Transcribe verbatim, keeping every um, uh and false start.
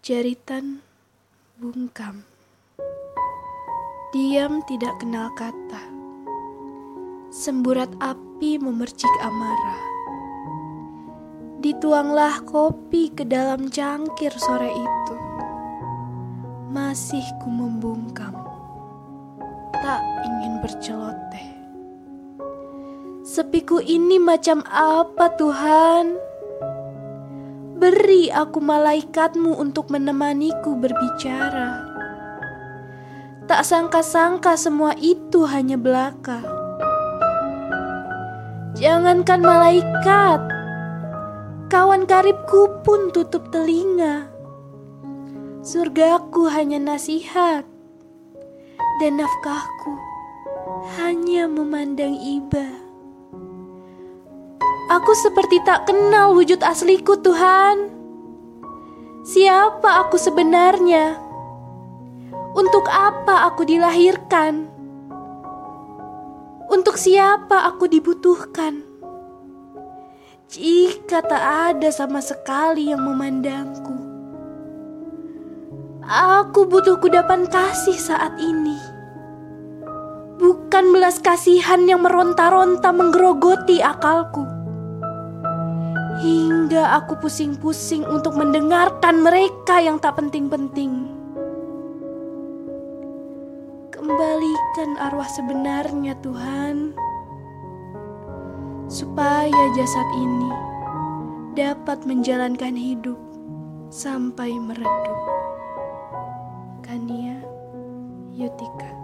Jeritan bungkam. Diam tidak kenal kata. Semburat api memercik amarah. Dituanglah kopi ke dalam cangkir sore itu. Masih ku membungkam. Tak ingin berceloteh. Sepiku ini macam apa, Tuhan? Beri aku malaikatmu untuk menemaniku berbicara. Tak sangka-sangka semua itu hanya belaka. Jangankan malaikat, kawan karibku pun tutup telinga. Surgaku hanya nasihat, dan nafkahku hanya memandang iba. Aku seperti tak kenal wujud asliku, Tuhan. Siapa aku sebenarnya? Untuk apa aku dilahirkan? Untuk siapa aku dibutuhkan? Jika tak ada sama sekali yang memandangku, aku butuh kudapan kasih saat ini. Bukan belas kasihan yang meronta-ronta menggerogoti akalku. Hingga aku pusing-pusing untuk mendengarkan mereka yang tak penting-penting. Kembalikan arwah sebenarnya, Tuhan, supaya jasad ini dapat menjalankan hidup sampai meredup. Kania Yutika.